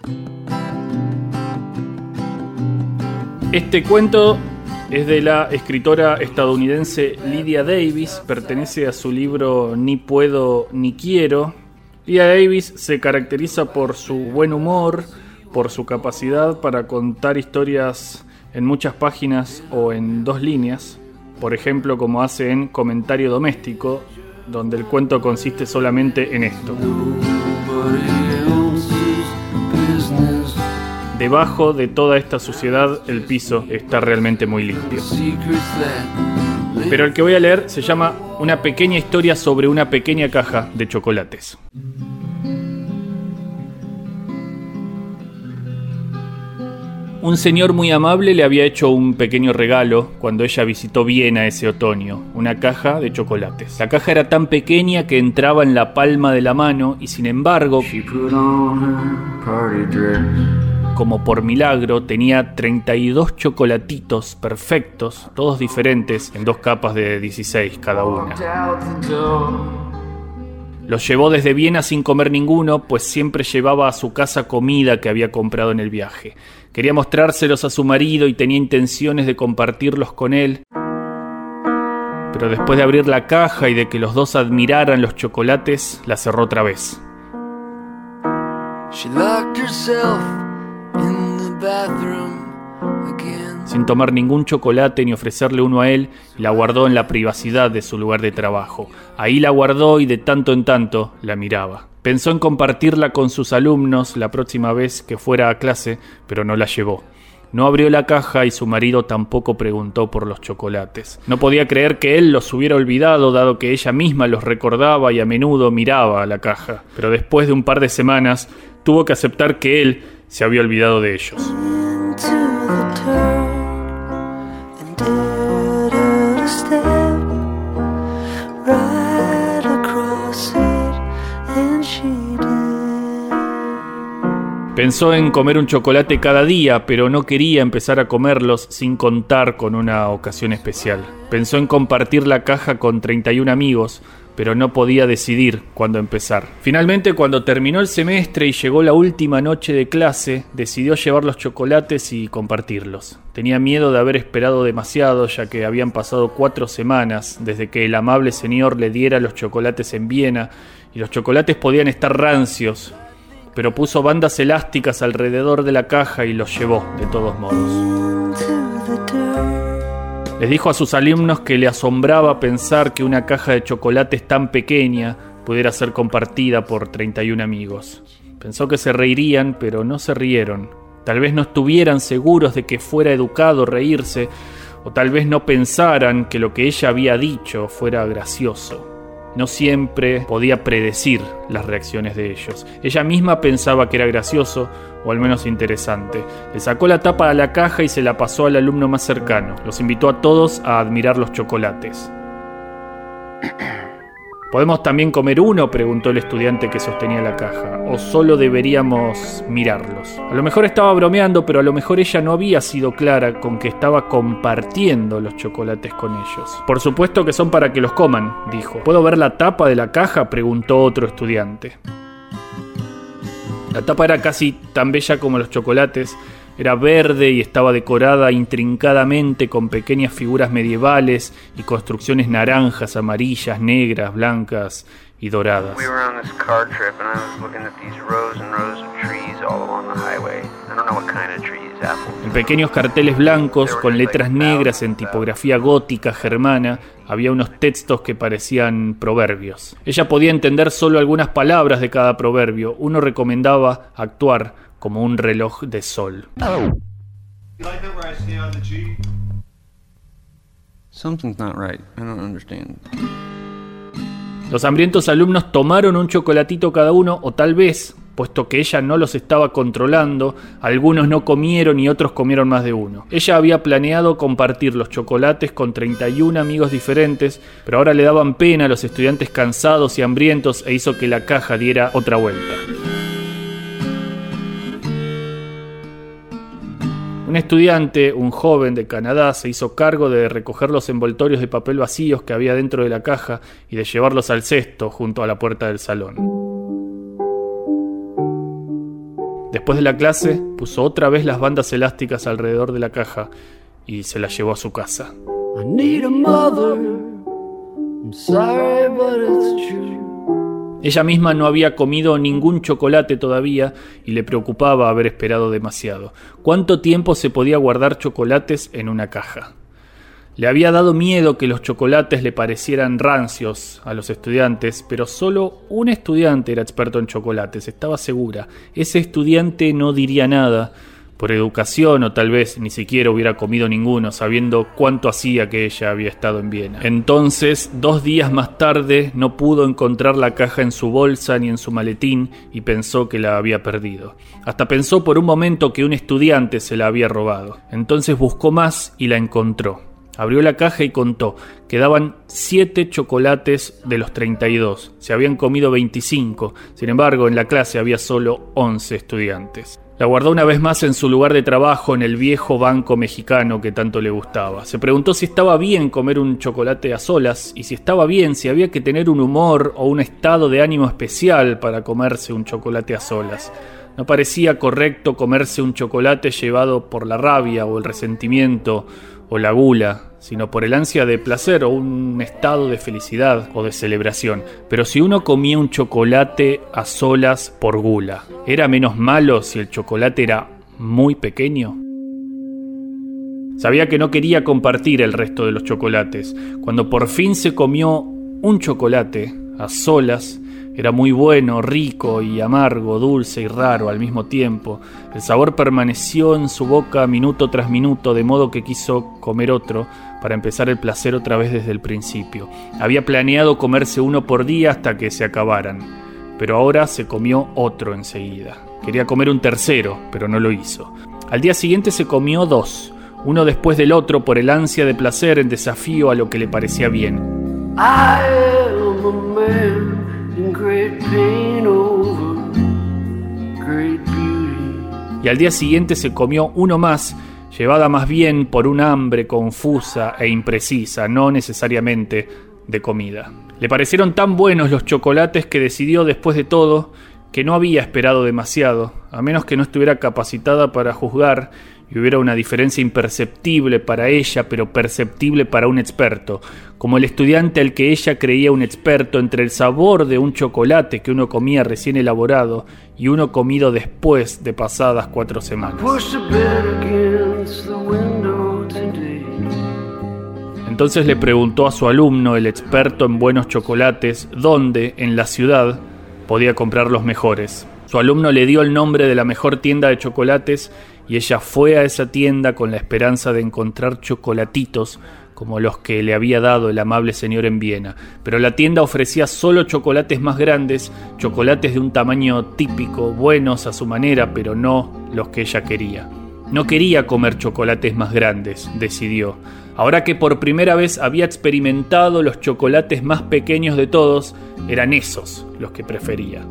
Este cuento es de la escritora estadounidense Lydia Davis, pertenece a su libro Ni puedo ni quiero. Lydia Davis se caracteriza por su buen humor, por su capacidad para contar historias en muchas páginas o en 2 líneas, por ejemplo como hace en Comentario Doméstico, donde el cuento consiste solamente en esto. Debajo de toda esta suciedad, el piso está realmente muy limpio. Pero el que voy a leer se llama Una pequeña historia sobre una pequeña caja de chocolates. Un señor muy amable le había hecho un pequeño regalo cuando ella visitó Viena ese otoño, una caja de chocolates. La caja era tan pequeña que entraba en la palma de la mano y sin embargo, como por milagro, tenía 32 chocolatitos perfectos, todos diferentes, en 2 capas de 16 cada una. Los llevó desde Viena sin comer ninguno, pues siempre llevaba a su casa comida que había comprado en el viaje. Quería mostrárselos a su marido y tenía intenciones de compartirlos con él. Pero después de abrir la caja y de que los dos admiraran los chocolates, la cerró otra vez. Sin tomar ningún chocolate ni ofrecerle uno a él, la guardó en la privacidad de su lugar de trabajo. Ahí la guardó y de tanto en tanto la miraba. Pensó en compartirla con sus alumnos la próxima vez que fuera a clase, pero no la llevó. No abrió la caja y su marido tampoco preguntó por los chocolates. No podía creer que él los hubiera olvidado, dado que ella misma los recordaba y a menudo miraba a la caja. Pero después de un par de semanas, tuvo que aceptar que él se había olvidado de ellos. Pensó en comer un chocolate cada día, pero no quería empezar a comerlos sin contar con una ocasión especial. Pensó en compartir la caja con 31 amigos, pero no podía decidir cuándo empezar. Finalmente, cuando terminó el semestre y llegó la última noche de clase, decidió llevar los chocolates y compartirlos. Tenía miedo de haber esperado demasiado, ya que habían pasado 4 semanas desde que el amable señor le diera los chocolates en Viena, y los chocolates podían estar rancios, pero puso bandas elásticas alrededor de la caja y los llevó de todos modos. Les dijo a sus alumnos que le asombraba pensar que una caja de chocolates tan pequeña pudiera ser compartida por 31 amigos. Pensó que se reirían, pero no se rieron. Tal vez no estuvieran seguros de que fuera educado reírse, o tal vez no pensaran que lo que ella había dicho fuera gracioso. No siempre podía predecir las reacciones de ellos. Ella misma pensaba que era gracioso, o al menos interesante. Le sacó la tapa a la caja y se la pasó al alumno más cercano. Los invitó a todos a admirar los chocolates. ¿Podemos también comer uno?, preguntó el estudiante que sostenía la caja. ¿O solo deberíamos mirarlos? A lo mejor estaba bromeando, pero a lo mejor ella no había sido clara con que estaba compartiendo los chocolates con ellos. Por supuesto que son para que los coman, dijo. ¿Puedo ver la tapa de la caja?, preguntó otro estudiante. La tapa era casi tan bella como los chocolates. Era verde y estaba decorada intrincadamente con pequeñas figuras medievales y construcciones naranjas, amarillas, negras, blancas y doradas. En pequeños carteles blancos con letras negras en tipografía gótica germana había unos textos que parecían proverbios. Ella podía entender solo algunas palabras de cada proverbio. Uno recomendaba actuar como un reloj de sol. Something's not right. I don't understand. Los hambrientos alumnos tomaron un chocolatito cada uno, o tal vez, puesto que ella no los estaba controlando, algunos no comieron y otros comieron más de uno. Ella había planeado compartir los chocolates con 31 amigos diferentes, pero ahora le daban pena a los estudiantes cansados y hambrientos e hizo que la caja diera otra vuelta. Un estudiante, un joven de Canadá, se hizo cargo de recoger los envoltorios de papel vacíos que había dentro de la caja y de llevarlos al cesto junto a la puerta del salón. Después de la clase, puso otra vez las bandas elásticas alrededor de la caja y se la llevó a su casa. I need a mother. I'm sorry, but it's true. Ella misma no había comido ningún chocolate todavía y le preocupaba haber esperado demasiado. ¿Cuánto tiempo se podía guardar chocolates en una caja? Le había dado miedo que los chocolates le parecieran rancios a los estudiantes, pero solo un estudiante era experto en chocolates, estaba segura. Ese estudiante no diría nada, por educación o tal vez ni siquiera hubiera comido ninguno, sabiendo cuánto hacía que ella había estado en Viena. Entonces, 2 días más tarde, no pudo encontrar la caja en su bolsa ni en su maletín y pensó que la había perdido. Hasta pensó por un momento que un estudiante se la había robado. Entonces buscó más y la encontró. Abrió la caja y contó. Quedaban 7 chocolates de los 32. Se habían comido 25. Sin embargo, en la clase había solo 11 estudiantes. La guardó una vez más en su lugar de trabajo en el viejo banco mexicano que tanto le gustaba. Se preguntó si estaba bien comer un chocolate a solas y si estaba bien, si había que tener un humor o un estado de ánimo especial para comerse un chocolate a solas. No parecía correcto comerse un chocolate llevado por la rabia o el resentimiento o la gula, sino por el ansia de placer o un estado de felicidad o de celebración. Pero si uno comía un chocolate a solas por gula, ¿era menos malo si el chocolate era muy pequeño? Sabía que no quería compartir el resto de los chocolates. Cuando por fin se comió un chocolate a solas, era muy bueno, rico y amargo, dulce y raro al mismo tiempo. El sabor permaneció en su boca minuto tras minuto, de modo que quiso comer otro para empezar el placer otra vez desde el principio. Había planeado comerse uno por día hasta que se acabaran, pero ahora se comió otro enseguida. Quería comer un tercero, pero no lo hizo. Al día siguiente se comió 2, uno después del otro por el ansia de placer en desafío a lo que le parecía bien. I am a man. Great pain over great beauty. Y al día siguiente se comió uno más, llevada más bien por un hambre confusa e imprecisa, no necesariamente de comida. Le parecieron tan buenos los chocolates que decidió, después de todo, que no había esperado demasiado, a menos que no estuviera capacitada para juzgar y hubiera una diferencia imperceptible para ella, pero perceptible para un experto, como el estudiante al que ella creía un experto, entre el sabor de un chocolate que uno comía recién elaborado y uno comido después de pasadas 4 semanas. Entonces le preguntó a su alumno, el experto en buenos chocolates, dónde, en la ciudad, podía comprar los mejores. Su alumno le dio el nombre de la mejor tienda de chocolates y ella fue a esa tienda con la esperanza de encontrar chocolatitos como los que le había dado el amable señor en Viena. Pero la tienda ofrecía solo chocolates más grandes, chocolates de un tamaño típico, buenos a su manera, pero no los que ella quería. No quería comer chocolates más grandes, decidió. Ahora que por primera vez había experimentado los chocolates más pequeños de todos, eran esos los que prefería.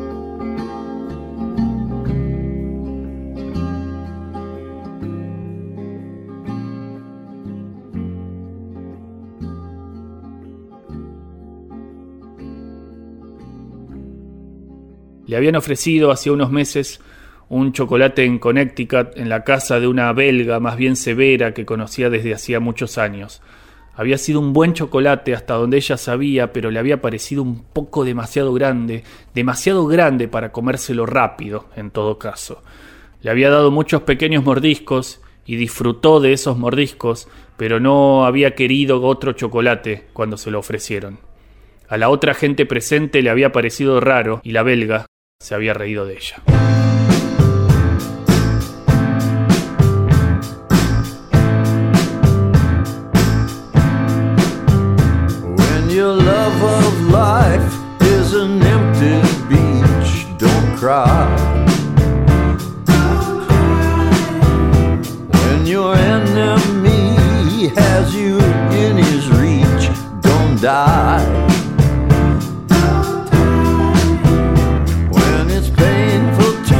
Le habían ofrecido hacía unos meses un chocolate en Connecticut en la casa de una belga más bien severa que conocía desde hacía muchos años. Había sido un buen chocolate hasta donde ella sabía, pero le había parecido un poco demasiado grande para comérselo rápido, en todo caso. Le había dado muchos pequeños mordiscos y disfrutó de esos mordiscos, pero no había querido otro chocolate cuando se lo ofrecieron. A la otra gente presente le había parecido raro y la belga se había reído de ella. When your love of life is an empty beach, don't cry. When your enemy has you in his reach, don't die. When it's painful to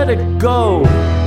let it go.